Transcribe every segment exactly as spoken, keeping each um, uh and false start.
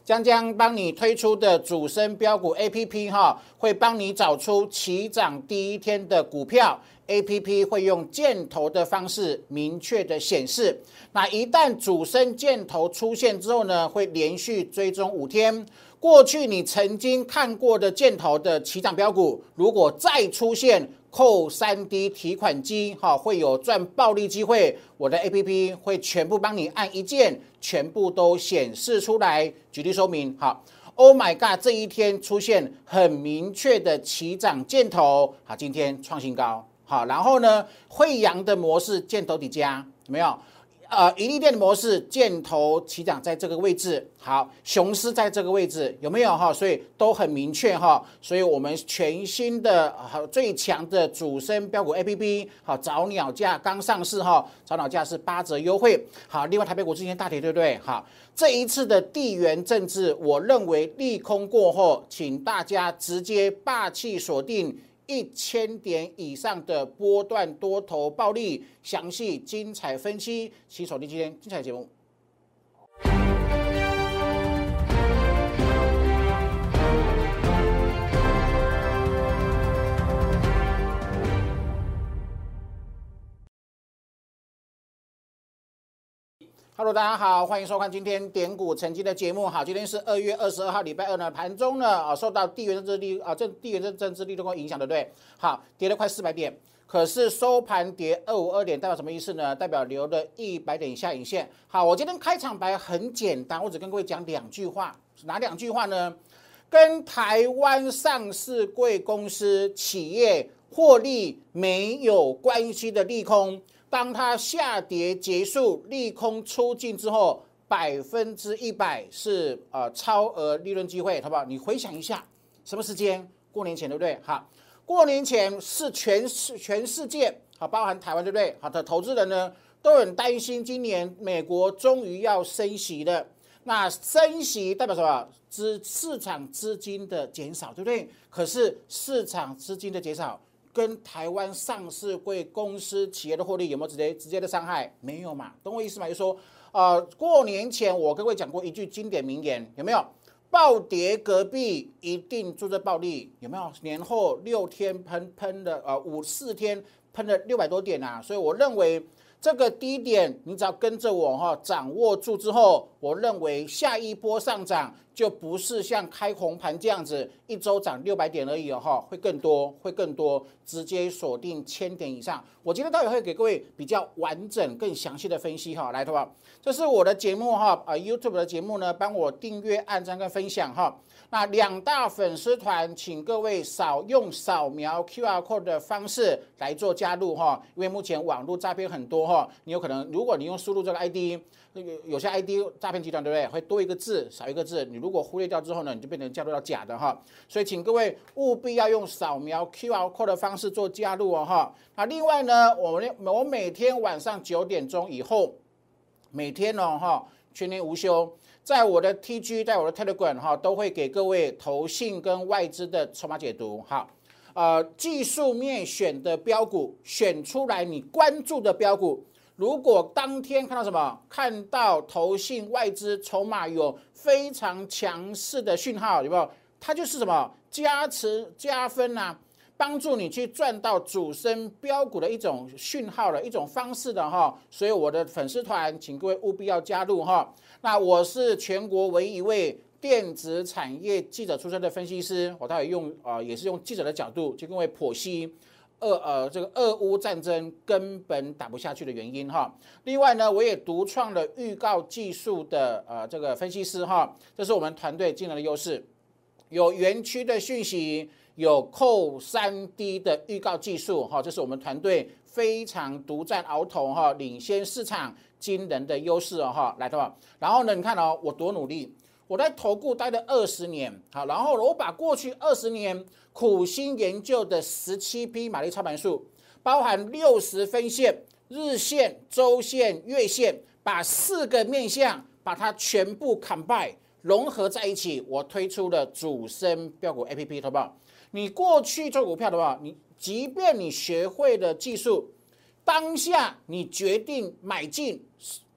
江江帮你推出的主升标股 A P P 哈，会帮你找出起涨第一天的股票。A P P 会用箭头的方式明确的显示，那一旦主升箭头出现之后呢，会连续追踪五天。过去你曾经看过的箭头的起涨标股，如果再出现扣 三 D 提款机，哈，会有赚暴利机会。我的 A P P 会全部帮你按一键，全部都显示出来。举例说明，好。Oh my god！ 这一天出现很明确的起涨箭头，好，今天创新高。好，然后呢，汇阳的模式箭头底加有没有？呃，一利电的模式箭头起涨在这个位置，好，雄狮在这个位置有没有哈？所以都很明确哈。所以我们全新的好最强的主升标股 A P P， 好，早鸟价刚上市哈，早鸟价是八折优惠。好，另外台北股市今天大跌，对不对？好，这一次的地缘政治，我认为利空过后，请大家直接霸气锁定一千点以上的波段多头暴利，详细精彩分析，请锁定今天精彩节目。Hello， 大家好，欢迎收看今天点股成绩的节目。好，今天是二月二十二号，礼拜二呢，盘中呢啊受到地缘政治力啊这地缘政治力的影响，对不对？好，跌了快四百点，可是收盘跌二五二点，代表什么意思呢？代表留了一百点以下影线。好，我今天开场白很简单，我只跟各位讲两句话，哪两句话呢？跟台湾上市柜公司企业获利没有关系的利空。当它下跌结束，利空出尽之后，百分之一百是呃超额利润机会，好不好？你回想一下，什么时间？过年前，对不对？好，过年前是全世全世界，好，包含台湾，对不对？好的，投资人呢都很担心，今年美国终于要升息了。那升息代表什么？资市场资金的减少，对不对？可是市场资金的减少，跟台湾上市柜公司企业的获利有没有直接直接的伤害？没有嘛，懂我意思吗？就是说，呃，过年前我跟各位讲过一句经典名言，有没有？暴跌隔壁一定住着暴利，有没有？年后六天喷喷了，呃，五四天喷了六百多点啊，所以我认为这个低点，你只要跟着我哈，掌握住之后，我认为下一波上涨就不是像开红盘这样子，一周涨六百点而已哈，会更多，会更多，直接锁定千点以上。我今天待会会给各位比较完整、更详细的分析哈，来，好不好？这是我的节目哈，啊 YouTube 的节目呢，帮我订阅、按赞跟分享哈。那两大粉丝团，请各位扫用扫描 Q R code 的方式来做加入哈，因为目前网络诈骗很多哈，你有可能如果你用输入这个 I D， 有些 I D 诈骗集团对不对？会多一个字少一个字，你如果忽略掉之后呢，你就变成加入到假的哈，所以请各位务必要用扫描 Q R code 的方式做加入哦哈。那另外呢，我我每天晚上九点钟以后，每天哦哈，全年无休。在我的 T G， 在我的 Telegram 哈，都会给各位投信跟外资的筹码解读哈。呃，技术面选的标股，选出来你关注的标股。如果当天看到什么，看到投信外资筹码有非常强势的讯号，有没有？它就是什么加持加分啊，帮助你去赚到主升标股的一种讯号的一种方式的哈。所以我的粉丝团，请各位务必要加入哈。那我是全国唯一一位电子产业记者出身的分析师，我待会用呃也是用记者的角度去跟各位剖析俄呃这个俄乌战争根本打不下去的原因哈。另外呢，我也独创了预告技术的呃这个分析师哈，这是我们团队惊人的优势，有园区的讯息，有扣 三 D 的预告技术哈，这是我们团队非常独占鳌头哈，领先市场。惊人的优势哦哈，来的吧。然后呢，你看哦，我多努力，我在投顾待了二十年，好，然后我把过去二十年苦心研究的十七匹马力操盘术，包含六十分线、日线、周线、月线，把四个面向把它全部 combine 融合在一起，我推出了主升标股 A P P， 好不好？你过去做股票的话，你即便你学会了技术。当下你决定买进，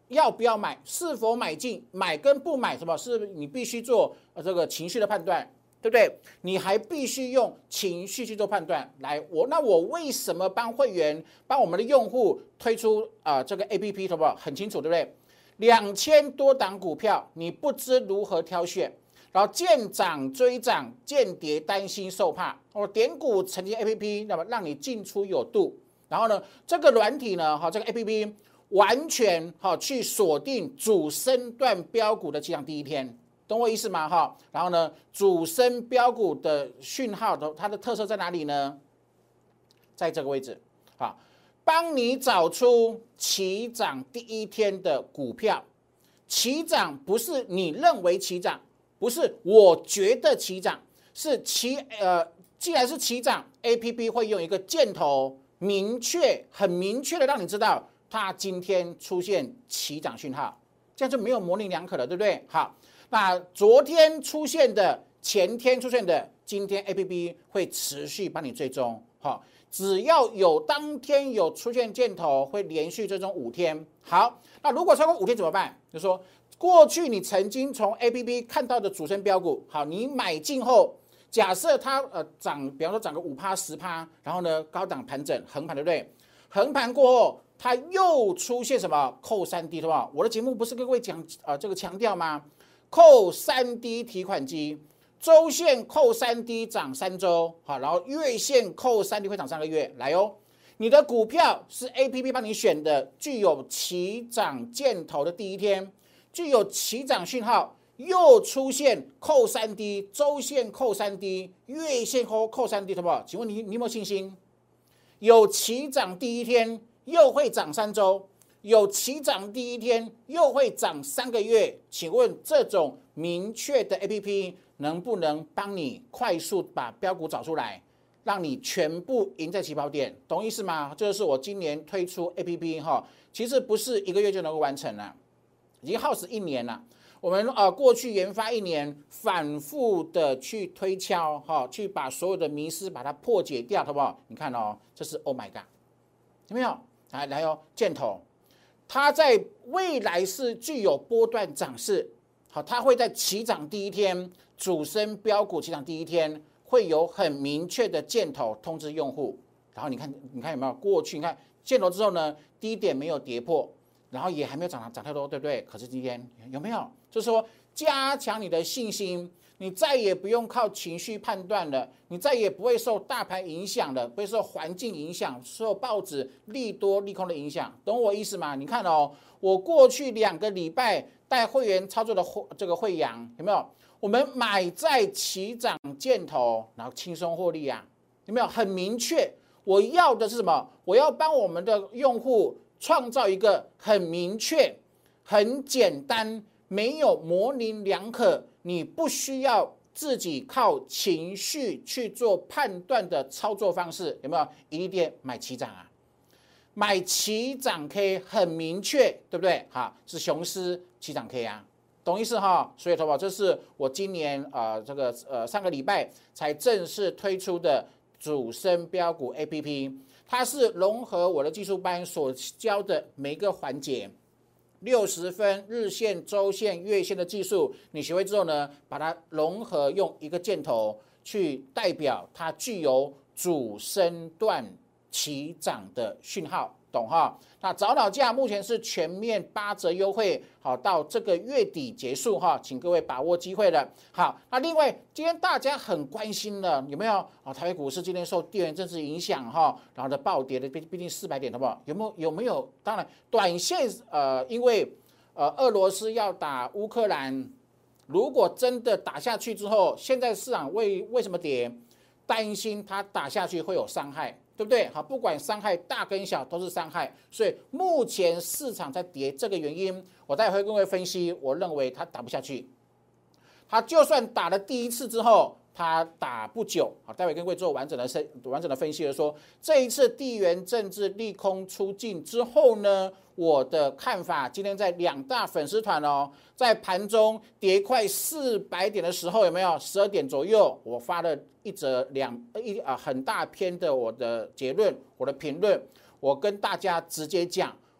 要不要买，是否买进，买跟不买，什么是你必须做呃这个情绪的判断，对不对？你还必须用情绪去做判断。来，我那我为什么帮会员、帮我们的用户推出啊、呃、这个 A P P， 好不好？很清楚，对不对？两千多档股票，你不知如何挑选，然后见涨追涨，见跌担心受怕。我点股成绩 A P P， 那么让你进出有度。然后呢，这个软体呢，哈，这个 A P P 完全哈去锁定主升段标股的起涨第一天，懂我意思吗？哈，然后呢，主升标股的讯号的它的特色在哪里呢？在这个位置，啊，帮你找出起涨第一天的股票。起涨不是你认为起涨，不是我觉得起涨，是起呃，既然是起涨 ，A P P 会用一个箭头。明确很明确的让你知道它今天出现起涨讯号，这样就没有模棱两可了，对不对？好，那昨天出现的、前天出现的，今天 A P P 会持续帮你追踪。好，只要有当天有出现箭头，会连续追踪五天。好，那如果超过五天怎么办？就说过去你曾经从 A P P 看到的主升标股，好，你买进后。假设它呃涨，比方说涨个五趴十趴，然后呢高档盘整横盘，对不对？横盘过后，它又出现什么扣三 D， 对吧？我的节目不是跟各位讲啊、呃、这个强调吗？扣三 D 提款机，周线扣三 D 涨三周，好，然后月线扣三 D 会涨三个月，来哦。你的股票是 A P P 帮你选的，具有起涨箭头的第一天，具有起涨讯号。又出现扣三 D， 周线扣三 D， 月线扣扣三 D， 好不好？请问你你有没有信心？有起涨第一天，又会涨三周；有起涨第一天，又会涨三个月。请问这种明确的 A P P 能不能帮你快速把标股找出来，让你全部赢在起跑点？懂意思吗？这就是我今年推出 A P P 哈，其实不是一个月就能够完成了，已经耗时一年了。我们呃过去研发一年，反复的去推敲哈，去把所有的迷思把它破解掉，好不好？你看哦，这是 Oh my God， 有没有？来来哦，箭头，它在未来是具有波段涨势，好，它会在起涨第一天，主升标股起涨第一天，会有很明确的箭头通知用户。然后你看，你看有没有？过去你看箭头之后呢，低点没有跌破。然后也还没有涨涨太多，对不对？可是今天有没有？就是说加强你的信心，你再也不用靠情绪判断了，你再也不会受大盘影响了，不会受环境影响，受报纸利多利空的影响，懂我意思吗？你看哦，我过去两个礼拜带会员操作的这个慧洋有没有？我们买在起涨箭头，然后轻松获利啊，有没有？很明确，我要的是什么？我要帮我们的用户。创造一个很明确、很简单、没有模棱两可，你不需要自己靠情绪去做判断的操作方式，有没有？一利店买起涨啊，买起涨 K 很明确，对不对？好，是雄狮起涨 K 啊，懂意思哈？所以，投保这是我今年呃这个呃上个礼拜才正式推出的主升标股 A P P。它是融合我的技术班所教的每一个环节，六十分日线、周线、月线的技术，你学会之后呢，把它融合用一个箭头去代表它具有主升段起涨的讯号，懂哈？那早鸟价目前是全面八折优惠，好，到这个月底结束哈，请各位把握机会了。好，那另外今天大家很关心了，有没有啊？台北股市今天受地缘政治影响哈，然后的暴跌的毕毕竟四百点，好不好？有没有有没有？当然，短线呃，因为呃俄罗斯要打乌克兰，如果真的打下去之后，现在市场为为什么跌？担心它打下去会有伤害。对不对？好，不管伤害大跟小都是伤害，所以目前市场在跌，这个原因我待会跟各位分析。我认为它打不下去，它就算打了第一次之后，它打不久。好，待会跟各位做完整的分完整的分析的说，这一次地缘政治利空出尽之后呢，我的看法，今天在两大粉丝团哦，在盘中跌快四百点的时候，有没有？十二点左右，我发了一则两一啊很大篇的我的结论，我的评论，我跟大家直接讲，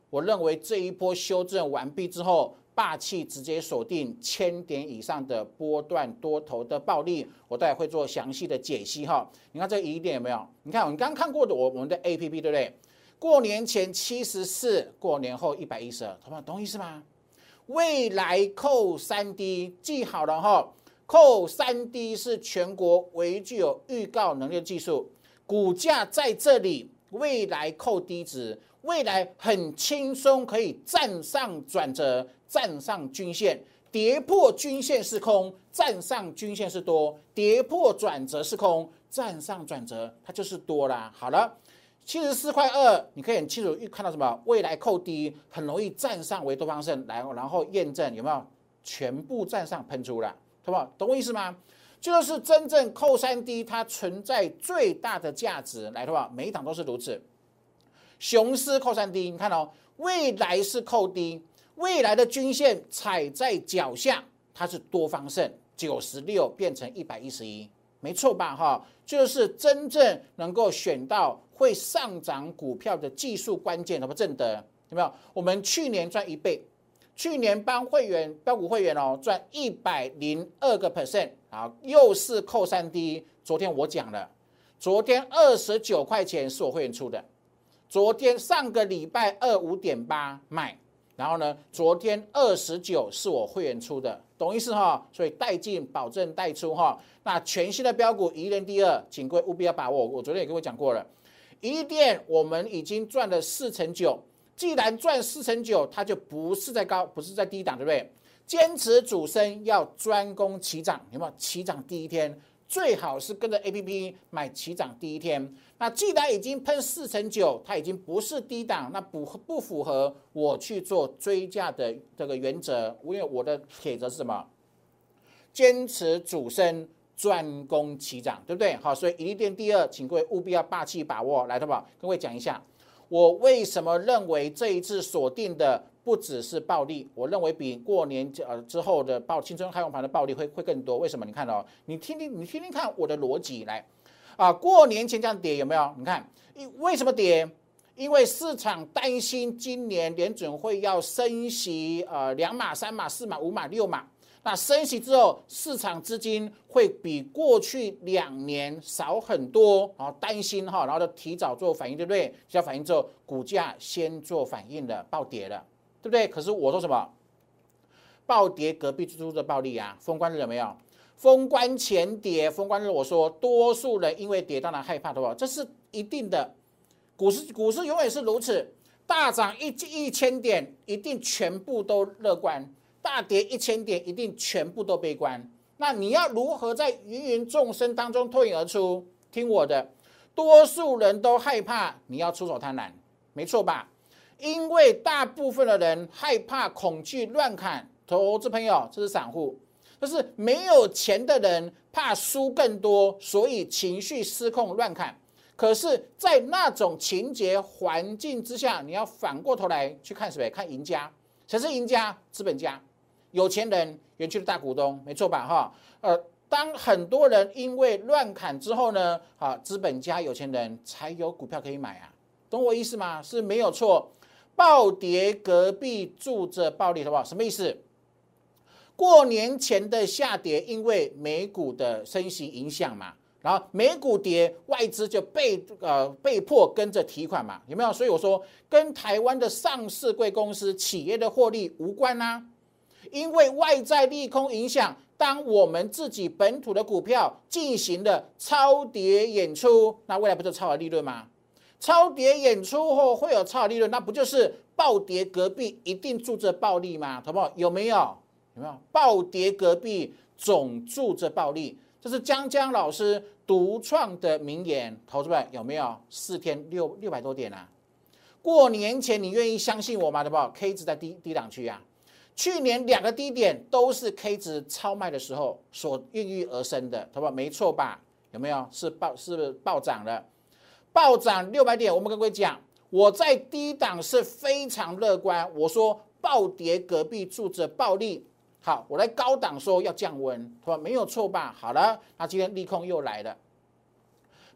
我认为这一波修正完毕之后，霸气直接锁定千点以上的波段多头的暴利，我待会会做详细的解析哈。你看这疑点有没有？你看我们刚刚看过的我我们的 A P P 对不对？过年前七十四，过年后一百一十二，同学们懂意思吗？未来扣三 D 记好了哈，扣三 D 是全国唯具有预告能力的技术，股价在这里，未来扣低值，未来很轻松可以站上转折，站上均线，跌破均线是空，站上均线是多，跌破转折是空，站上转折它就是多啦。好了。七十四块二，你可以很清楚看到什么？未来扣低，很容易站上为多方胜，来，然后验证有没有全部站上喷出了，好不好？懂我意思吗？就是真正扣三 D 它存在最大的价值，来，好不好？每一档都是如此。雄狮扣三 D， 你看哦，未来是扣低，未来的均线踩在脚下，它是多方胜，九十六变成一百一十一。没错吧？哈，就是真正能够选到会上涨股票的技术关键，什么正德有没有？我们去年赚一倍，去年帮会员标股会员哦赚一百零二个 percent 啊，又是扣三 D。昨天我讲了，昨天二十九块钱是我会员出的，昨天上个礼拜二五点八买。然后呢，昨天二十九是我会员出的，懂意思哈？所以带进保证带出哈。那全新的标股一电第二，请各位务必要把握。我昨天也跟我讲过了，一电我们已经赚了四成九，既然赚四成九，它就不是在高，不是在低档，对不对？坚持主升要专攻起涨，有没有？起涨第一天最好是跟着 A P P 买起涨第一天。那既然已经喷四成九，它已经不是低档，那不不符合我去做追价的这个原则，因为我的铁则是什么？坚持主升，专攻起涨，对不对？好，所以一电第二，请各位务必要霸气把握。来，好不好？跟各位讲一下，我为什么认为这一次锁定的不只是暴利，我认为比过年呃之后的暴青春开红盘的暴利会会更多。为什么？你看哦，你听听你听听看我的逻辑来。啊，过年前这样跌有没有？你看，为什么跌？因为市场担心今年联准会要升息，呃，两码、三码、四码、五码、六码。那升息之后，市场资金会比过去两年少很多，啊，担心哈，然后就提早做反应，对不对？提早反应之后，股价先做反应了，暴跌了，对不对？可是我说什么？暴跌隔壁猪猪的暴利啊，封关日有没有？封关前跌，封关日我说，多数人因为跌当然害怕，对吧？这是一定的，股市股市永远是如此，大涨一一千点，一定全部都乐观；大跌一千点，一定全部都悲观。那你要如何在芸芸众生当中脱颖而出？听我的，多数人都害怕，你要出手贪婪，没错吧？因为大部分的人害怕、恐惧、乱砍，投资朋友，这是散户。就是没有钱的人怕输更多，所以情绪失控乱砍。可是，在那种情节环境之下，你要反过头来去看谁？看赢家，谁是赢家？资本家、有钱人、园区的大股东，没错吧？哈，呃，当很多人因为乱砍之后呢，啊，资本家、有钱人才有股票可以买啊，懂我意思吗？是没有错。暴跌隔壁住着暴利，好不好？什么意思？过年前的下跌，因为美股的升息影响嘛，然后美股跌，外资就被呃被迫跟着提款嘛，有没有？所以我说，跟台湾的上市贵公司企业的获利无关啊，因为外在利空影响，当我们自己本土的股票进行了超跌演出，那未来不就超额利润吗？超跌演出后会有超额利润，那不就是暴跌隔壁一定住着暴利吗？好不好？有没有？有没有？暴跌隔壁总住着暴利，这是江江老师独创的名言。投资们有没有？四天六六百多点啊！过年前你愿意相信我吗？对不好 ？K 值在低低档区啊，去年两个低点都是 K 值超卖的时候所孕育而生的，好不好？没错吧？有没有？是暴是暴涨了，暴涨六百点。我们跟各位讲，我在低档是非常乐观，我说暴跌隔壁住着暴利。好，我在高档说要降温，对吧？没有错吧？好了，那今天利空又来了，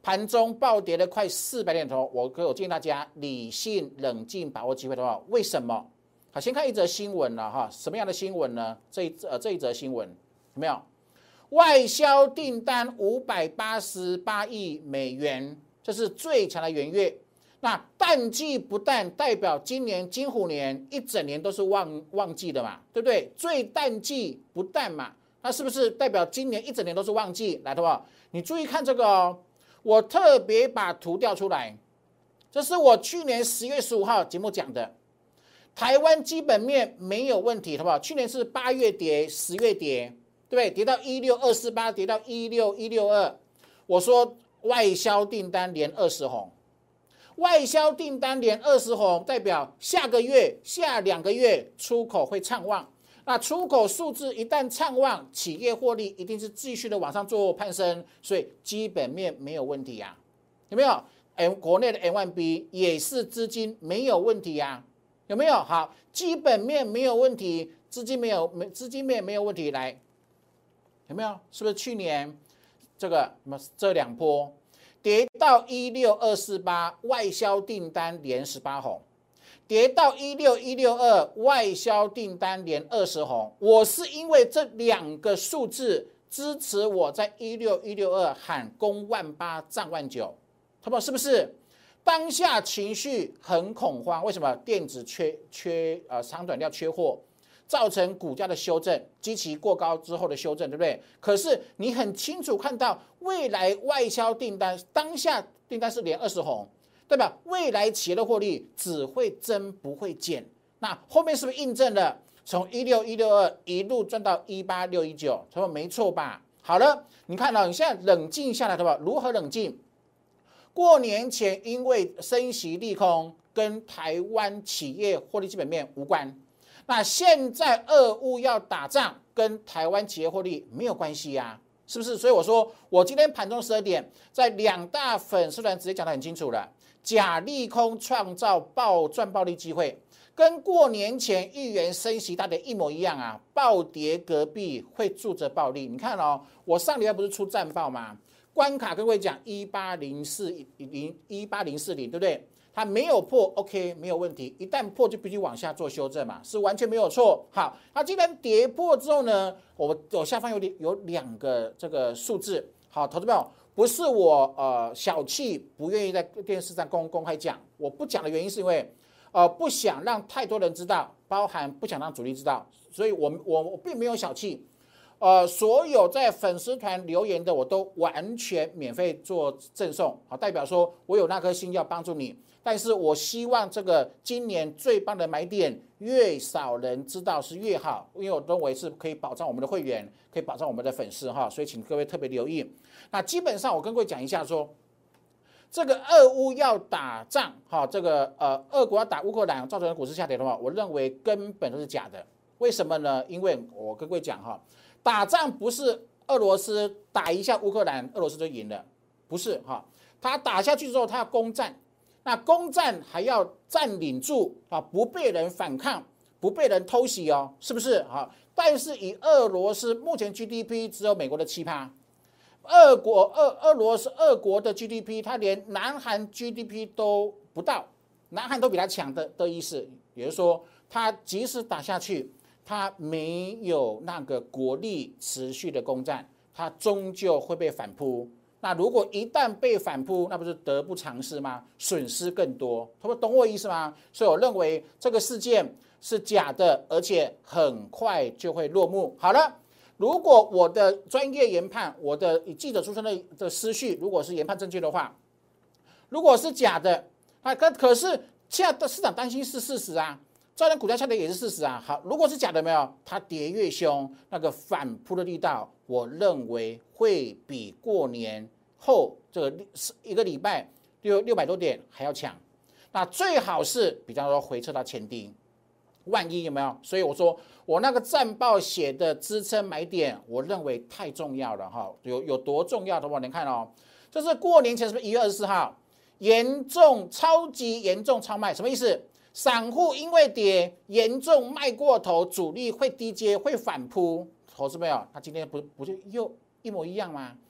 盘中暴跌了快四百点头，我我建议大家理性冷静把握机会的话，为什么？好，先看一则新闻了哈，什么样的新闻呢？这一呃这一则新闻有没有？外销订单五百八十八亿美元，这是最强的元月。那淡季不淡，代表今年金虎年一整年都是旺旺季的嘛，对不对？最淡季不淡嘛，那是不是代表今年一整年都是旺季？来的话，你注意看这个哦，我特别把图调出来，这是我去年十月十五号节目讲的，台湾基本面没有问题，好不好？去年是八月跌，十月跌，对不对？跌到一六二四八，跌到一六一六二，我说外销订单连二十红。外销订单连二十红，代表下个月、下两个月出口会畅旺。那出口数字一旦畅旺，企业获利一定是继续的往上做攀升，所以基本面没有问题啊，有没有？哎，国内的 M 一 B 也是资金没有问题啊，有没有？好，基本面没有问题，资金没有没资金面没有问题，来，有没有？是不是去年这个什么这两波？跌到一六二四八，外销订单连十八红；跌到一六一六二，外销订单连二十红。我是因为这两个数字支持我在一六一六二喊攻万八涨万九，他们是不是？当下情绪很恐慌，为什么？电子缺缺呃长短料缺货。造成股价的修正，基期过高之后的修正，对不对？可是你很清楚看到未来外销订单，当下订单是连二十红，对吧？未来企业的获利只会增不会减。那后面是不是印证了从一六一六二一路赚到一八六一九？他说没错吧？好了，你看到、哦、你现在冷静下来，对吧？如何冷静？过年前因为升息利空，跟台湾企业获利基本面无关。那现在俄乌要打仗，跟台湾企业获利没有关系啊，是不是？所以我说，我今天盘中十二点，在两大粉丝团直接讲得很清楚了，假利空创造暴赚暴利机会，跟过年前预言升息大跌一模一样啊，暴跌隔壁会住着暴利。你看哦，我上礼拜不是出战报吗？关卡跟各位讲一八零四零一八零四零，对不对？它没有破 ，OK， 没有问题。一旦破，就必须往下做修正嘛，是完全没有错。好，它既然跌破之后呢，我我下方有有两个这个数字。好，投资朋友，不是我呃小气，不愿意在电视上公公开讲。我不讲的原因是因为呃不想让太多人知道，包含不想让主力知道，所以我我我并没有小气。呃，所有在粉丝团留言的，我都完全免费做赠送，好，代表说我有那颗心要帮助你。但是我希望这个今年最棒的买点越少人知道是越好，因为我认为是可以保障我们的会员，可以保障我们的粉丝哈，所以请各位特别留意。那基本上我跟各位讲一下说，这个俄乌要打仗哈，这个呃俄国要打乌克兰造成的股市下跌的话，我认为根本都是假的。为什么呢？因为我跟各位讲哈，打仗不是俄罗斯打一下乌克兰，俄罗斯就赢了，不是哈，他打下去之后他要攻占。那攻占还要占领住啊，不被人反抗，不被人偷袭哦，是不是啊？但是以俄罗斯目前 G D P 只有美国的七趴，俄国俄俄罗斯俄国的 G D P 它连南韩 G D P 都不到，南韩都比它强的的意思，也就是说，它即使打下去，它没有那个国力持续的攻占，它终究会被反扑。那如果一旦被反扑，那不是得不偿失吗？损失更多，他们懂我意思吗？所以我认为这个事件是假的，而且很快就会落幕。好了，如果我的专业研判，我的以记者出身的的思绪，如果是研判正确的话，如果是假的，啊，可可是现在的市场担心是事实啊。造成股价下跌也是事实啊。好，如果是假的，没有，它跌越凶，那个反扑的力道，我认为会比过年后这个一个礼拜六六百多点还要强。那最好是比方说回撤到前低，万一有没有？所以我说我那个战报写的支撑买点，我认为太重要了哈。有有多重要的话，你看哦，这是过年前是不是一月二十四号严重超级严重超卖？什么意思？散户因为跌严重卖过头，主力会低接会反扑，投资没有？他今天不不就又一模一样吗？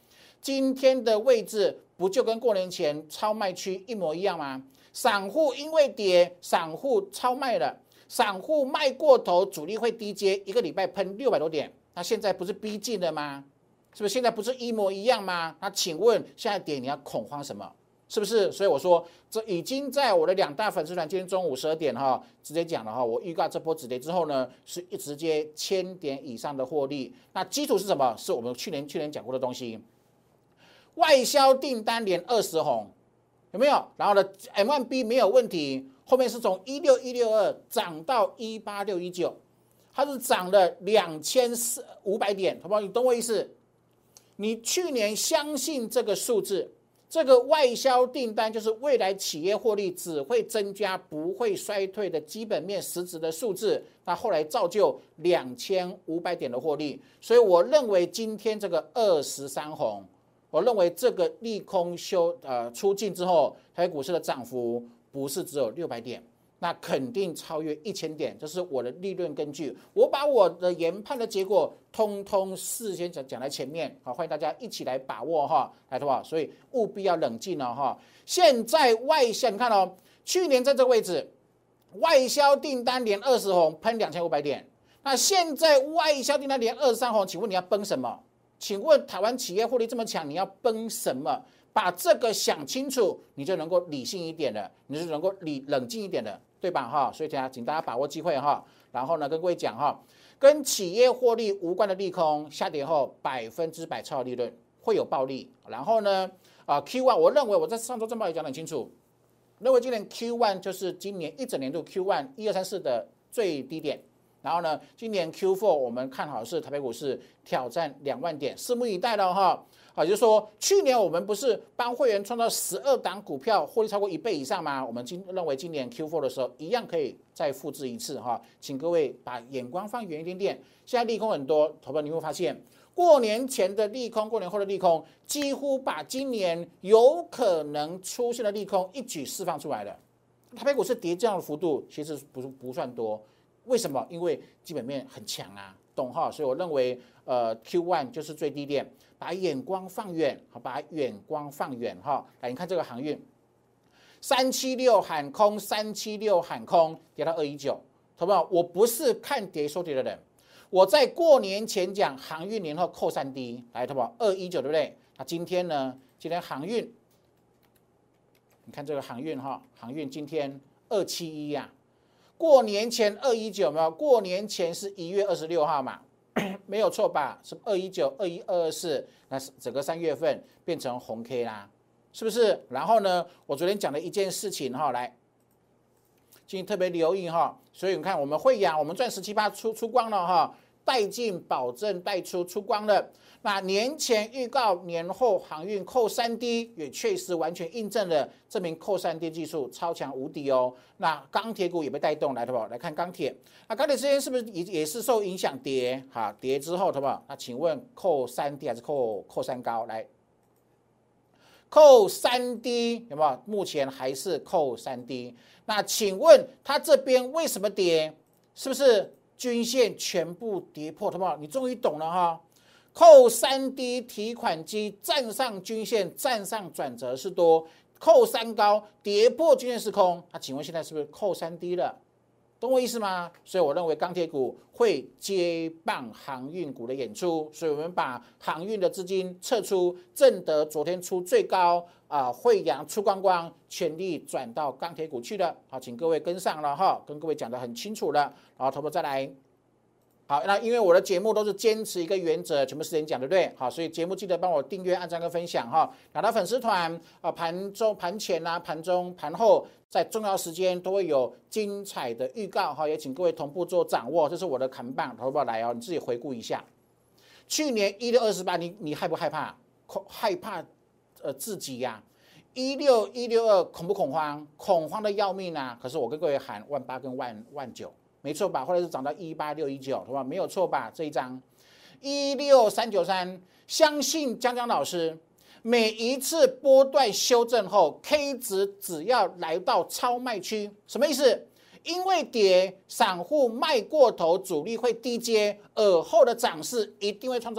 今天的位置不就跟过年前超卖区一模一样吗？散户因为跌，散户超卖了，散户卖过头，主力会低接，一个礼拜喷六百多点，那现在不是逼近了吗？是不是现在不是一模一样吗？那请问现在跌你要恐慌什么？是不是？所以我说这已经在我的两大粉丝团今天中午十二点哈，直接讲了哈，我预告这波止跌之后呢，是一直接千点以上的获利。那基础是什么？是我们去年去年讲过的东西，外销订单连二十红。有没有？然后呢 ，M 一 B 没有问题，后面是从一六一六二涨到一八六一九，它是涨了两千四五百点，好不好？你懂我意思？你去年相信这个数字，这个外销订单就是未来企业获利只会增加，不会衰退的基本面实质的数字，那后来造就两千五百点的获利，所以我认为今天这个二十三红。我认为这个利空修呃出尽之后，台股市的涨幅不是只有六百点，那肯定超越一千点，这是我的利润根据。我把我的研判的结果通通事先讲讲在前面，好，欢迎大家一起来把握哈，来的话，所以务必要冷静了哈。现在外销你看哦，去年在这个位置，外销订单连二十红喷两千五百点，那现在外销订单连二十三红，请问你要崩什么？请问台湾企业获利这么强，你要崩什么？把这个想清楚，你就能够理性一点了，你就能够理冷静一点了，对吧？哈，所以大家请大家把握机会哈。然后呢，跟各位讲哈，跟企业获利无关的利空下跌后，百分之百超额利润会有暴利。然后呢，啊 Q 一，我认为我在上周正报也讲得很清楚，认为今年 Q 一 就是今年一整年度 Q 一 一二三四的最低点。然后呢，今年 Q 四 我们看好是台北股市挑战两万点，拭目以待了哈。啊，就是说去年我们不是帮会员创造十二档股票获利超过一倍以上吗？我们今认为今年 Q 四 的时候一样可以再复制一次哈。请各位把眼光放远一点点。现在利空很多，投资你会发现过年前的利空，过年后的利空，几乎把今年有可能出现的利空一举释放出来了。台北股市跌这样的幅度其实不不算多。为什么？因为基本面很强啊，懂哈？所以我认为，呃 ，Q 一 就是最低点，把眼光放远，好，把眼光放远哈。来，你看这个航运，三七六喊空，三七六喊空，跌到二一九，好不好？我不是看跌说跌的人，我在过年前讲航运年后扣三低，来，好不好？二一九对不对？那今天呢？今天航运，你看这个航运哈，航运今天二七一呀。过年前二一九没有？过年前是一月二十六号嘛，没有错吧？是二一九、二一、二二四，那整个三月份变成红 K 啦，是不是？然后呢，我昨天讲的一件事情哈，来，请特别留意哈。所以你看，我们慧洋，我们赚十七趴出出光了哈，带进保证带出出光了。那年前预告，年后航运扣三 D 也确实完全印证了，证明扣三 D 技术超强无敌哦。那钢铁股也被带动来，好不好？来看钢铁，那钢铁之前是不是也也是受影响跌？哈，跌之后，好不好？那请问扣三 D 还是扣扣三高？来，扣三 D 有没有？目前还是扣三 D。那请问它这边为什么跌？是不是均线全部跌破？好不好？你终于懂了哈。扣三 D 提款机站上均线，站上转折是多，扣三高跌破均线是空。那、啊、请问现在是不是扣三 D 了？懂我意思吗？所以我认为钢铁股会接棒航运股的演出，所以我们把航运的资金撤出，正德昨天出最高啊，慧洋出光光，全力转到钢铁股去了。好，请各位跟上了哈，跟各位讲得很清楚了。然后头部再来。好，那因为我的节目都是坚持一个原则，全部时间讲，对不对？好，所以节目记得帮我订阅、按赞跟分享哈。拿到粉丝团啊，盘中、盘前啊、盘中、盘后，在重要时间都会有精彩的预告哈，也请各位同步做掌握。这是我的扛棒，好不好？来哦，你自己回顾一下，去年一六二十八，你你害不害怕？害怕呃自己呀、啊？一六一六二恐不恐慌？恐慌的要命啊！可是我跟各位喊万八跟万万九。没错吧？后来是涨到一八六一九，好吧？没有错吧？这一张一六三九三，相信江江老师，每一次波段修正后 ，K 值只要来到超卖区，什么意思？因为跌，散户卖过头，主力会低接，而后的涨势一定会创造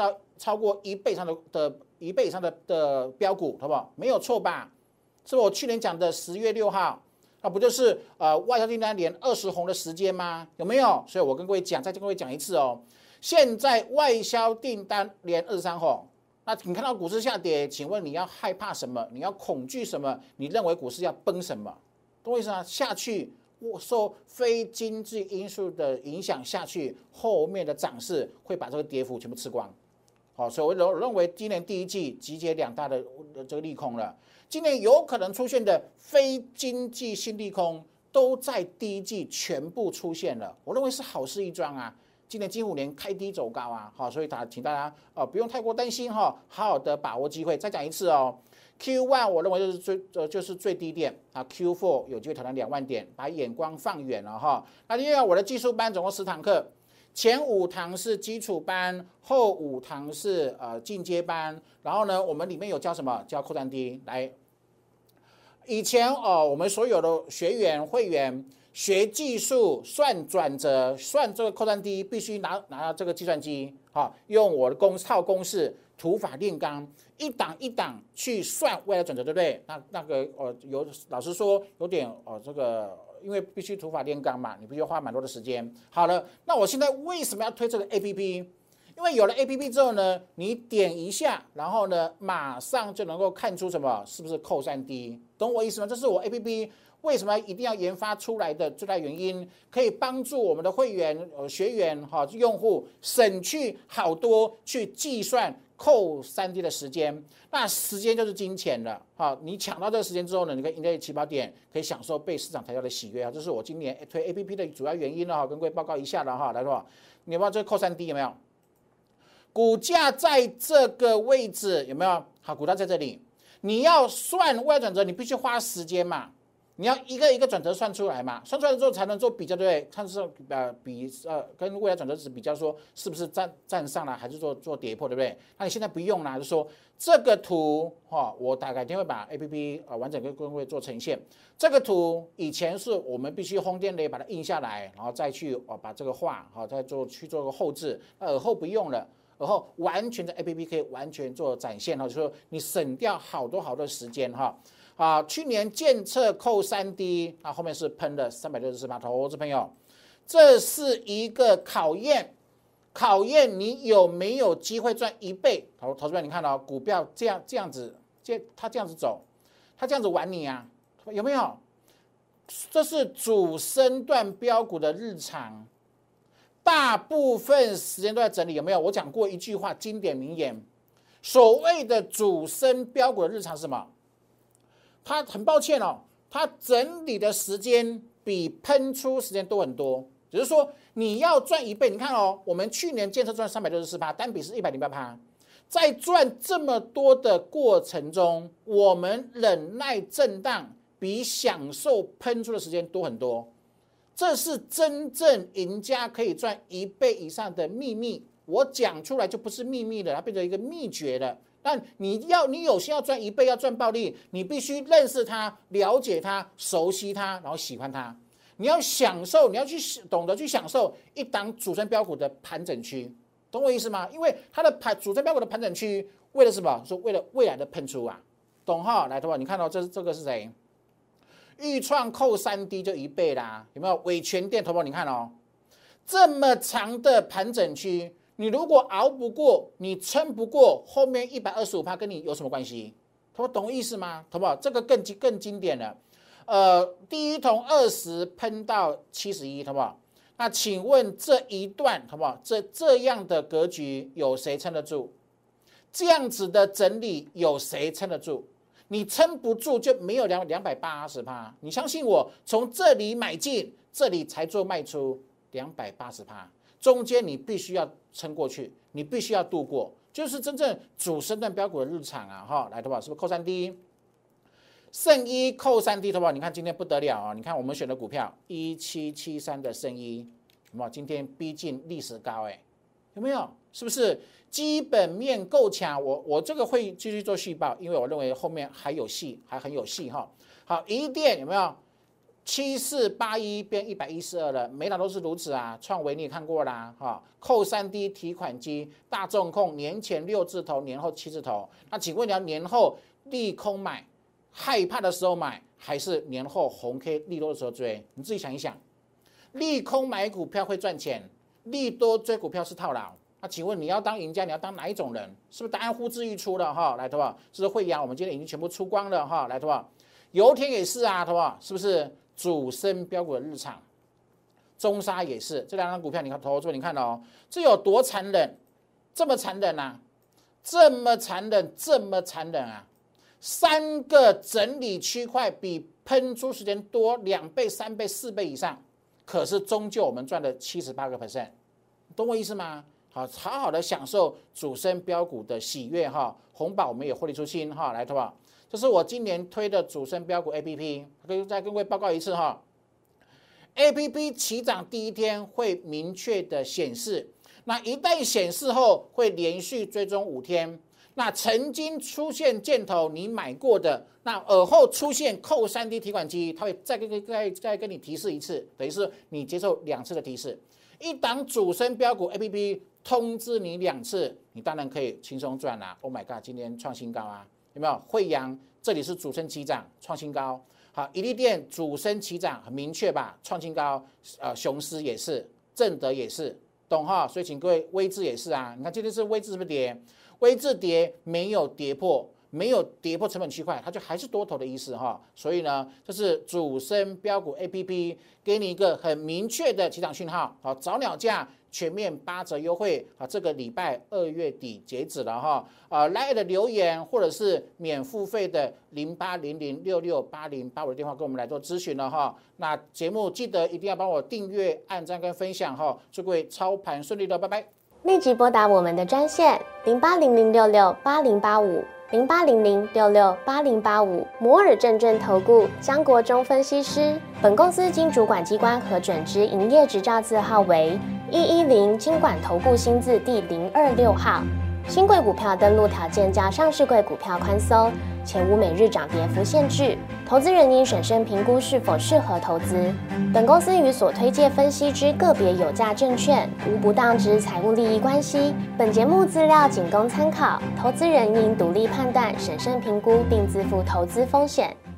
超过一倍以上的的一倍以上的的标股，好不好？没有错吧？是我去年讲的十月六号，那不就是呃外销订单连二十红的时间吗？有没有？所以我跟各位讲，再跟各位讲一次哦。现在外销订单连二十三红，那你看到股市下跌，请问你要害怕什么？你要恐惧什么？你认为股市要崩什么？懂我意思吗？下去，我受非经济因素的影响下去，后面的涨势会把这个跌幅全部吃光。好，所以我认为今年第一季集结两大的这个利空了。今年有可能出现的非经济性利空，都在第一季全部出现了。我认为是好事一桩啊。今年金虎年开低走高啊，好，所以大请大家呃不用太过担心哈，好好的把握机会。再讲一次哦 ，Q 一 我认为就是最呃就是最低点啊 ，Q 四 有机会挑战两万点，把眼光放远了哈。那另外我的技术班总共十堂课。前五堂是基础班，后五堂是呃进阶班，然后呢，我们里面有教什么？教扩展低。来，以前哦，我们所有的学员会员学技术、算转折、算这个扩展低，必须拿拿到这个计算机，好、哦，用我的公套公式、土法炼钢，一档一档去算未来转折，对不对？那那个哦，有老师说有点哦这个。因为必须土法炼钢嘛，你必须花蛮多的时间。好了，那我现在为什么要推这个 A P P？ 因为有了 A P P 之后呢，你点一下，然后呢，马上就能够看出什么是不是扣三 D， 懂我意思吗？这是我 A P P 为什么一定要研发出来的最大原因，可以帮助我们的会员、呃学员哈、用户省去好多去计算扣三 D 的时间。那时间就是金钱了，好，你抢到这个时间之后呢，你可以赢在起跑点，可以享受被市场抬轿的喜悦啊！这是我今年推 A P P 的主要原因了哈，跟各位报告一下了哈，来说，你有没有这个扣三 D 有没有？股价在这个位置有没有？好，股价在这里，你要算未来转折，你必须花时间嘛。你要一个一个转折算出来嘛，算出来之后才能做比较，对不对？看是呃比呃跟未来转折值比较，说是不是站站上了，还是做做跌破，对不对？那你现在不用啦，就说这个图哈、哦，我大概一定会把 A P P 呃完整跟各位做呈现。这个图以前是我们必须轰电雷把它印下来，然后再去哦把这个画好、哦、再做去做个后置，那耳后不用了。然后完全的 A P P 可以完全做展现哈，就是说你省掉好多好多时间哈。啊，去年监测扣三 D， 啊，后面是喷的三百六十四趴，投资朋友，这是一个考验，考验你有没有机会赚一倍。投投资朋友，你看到、哦、股票这样这样子，这它这样子走，它这样子玩你啊，有没有？这是主升段标股的日常，大部分时间都在整理，有没有？我讲过一句话，经典名言，所谓的主升标股的日常是什么？它很抱歉哦，它整理的时间比喷出时间多很多。只是说你要赚一倍，你看哦，我们去年建设赚三百六十四趴，单笔是一百零八趴，在赚这么多的过程中，我们忍耐震荡比享受喷出的时间多很多。这是真正赢家可以赚一倍以上的秘密。我讲出来就不是秘密了，它变成一个秘诀了。但你要你有心要赚一倍，要赚暴利，你必须认识它、了解它、熟悉它，然后喜欢它。你要享受，你要去懂得去享受一档主升标股的盘整区，懂我意思吗？因为它的盘主升标股的盘整区，为了什么？说为了未来的喷出啊，懂哈？来，同学，你看到、哦、这这个是谁？豫创扣三 D 就一倍啦，有没有？伟全电，同学，你看哦，这么长的盘整区。你如果熬不过，你撑不过，后面一百二十五趴跟你有什么关系？他懂我意思吗？好不好？这个更更经典了。呃，第一桶二十喷到七十一，好不好？那请问这一段好不好？这这样的格局有谁撑得住？这样子的整理有谁撑得住？你撑不住就没有两两百八十趴。你相信我，从这里买进，这里才做卖出，两百八十趴。中间你必须要撑过去，你必须要度过，就是真正主升段标股的日常啊！哈，来，投保是不是扣三 D？ 圣一扣三 D， 投保，你看今天不得了啊！你看我们选的股票一七七三的圣一，有没有？今天逼近历史高、欸，哎，有没有？是不是基本面够强？我我这个会继续做续报，因为我认为后面还有戏，还很有戏哈。好，一电有没有？ 七四八一变一百一十二了，每档都是如此啊。创维你也看过啦，哈，扣三 D 提款机，大众控年前六字头，年后七字头。那请问你要年后利空买，害怕的时候买，还是年后红 K 利多的时候追？你自己想一想，利空买股票会赚钱，利多追股票是套牢。那请问你要当赢家，你要当哪一种人？是不是答案呼之欲出了哈？来，对吧？是不是汇阳？我们今天已经全部出光了哈。来，对吧？油田也是啊，对吧？是不是主升标股的日常？中沙也是，这两张股票你看投资，你看哦，这有多残忍？这么残忍啊！这么残忍，这么残忍啊！三个整理区块比喷出时间多两倍、三倍、四倍以上，可是终究我们赚了七十八个 percent， 懂我意思吗？好，好好的享受主升标股的喜悦哈，红宝我们也获利出清哈，来，好不好？这是我今年推的主升标股 A P P， 再跟各位报告一次哈。A P P 起涨第一天会明确的显示，那一旦显示后会连续追踪五天。那曾经出现箭头你买过的，那尔后出现扣 三 D 提款机，它会再跟再再跟你提示一次，等于是你接受两次的提示。一档主升标股 A P P 通知你两次，你当然可以轻松赚啦。Oh my god， 今天创新高啊！有没有？汇阳这里是主升起涨，创新高。好，一利电主升起涨，很明确吧？创新高。呃，雄狮也是，正德也是，懂哈？所以请各位，威智也是啊。你看今天是威智是不是跌？威智跌没有跌破，没有跌破成本区块，它就还是多头的意思哈。所以呢，这是主升标股 A P P 给你一个很明确的起涨讯号。好，早鸟价。全面八折优惠啊！这个礼拜二月底截止了哈。啊 ，Line 的留言或者是免付费的零八零零六六八零八五的电话跟我们来做咨询了哈。那节目记得一定要帮我订阅、按赞跟分享哈。祝各位操盘顺利的，拜拜。 立即拨打我们的专线零八零零六六八零八五零八零零六六八零八五摩尔证券投顾江国忠分析师。本公司经主管机关核准之营业执照字号为一一零金管投顾新字第零二六号。新贵股票登录条件较上市贵股票宽松，且无每日涨跌幅限制。投资人应审慎评估是否适合投资。本公司与所推介分析之个别有价证券无不当之财务利益关系。本节目资料仅供参考，投资人应独立判断、审慎评估，并自负投资风险。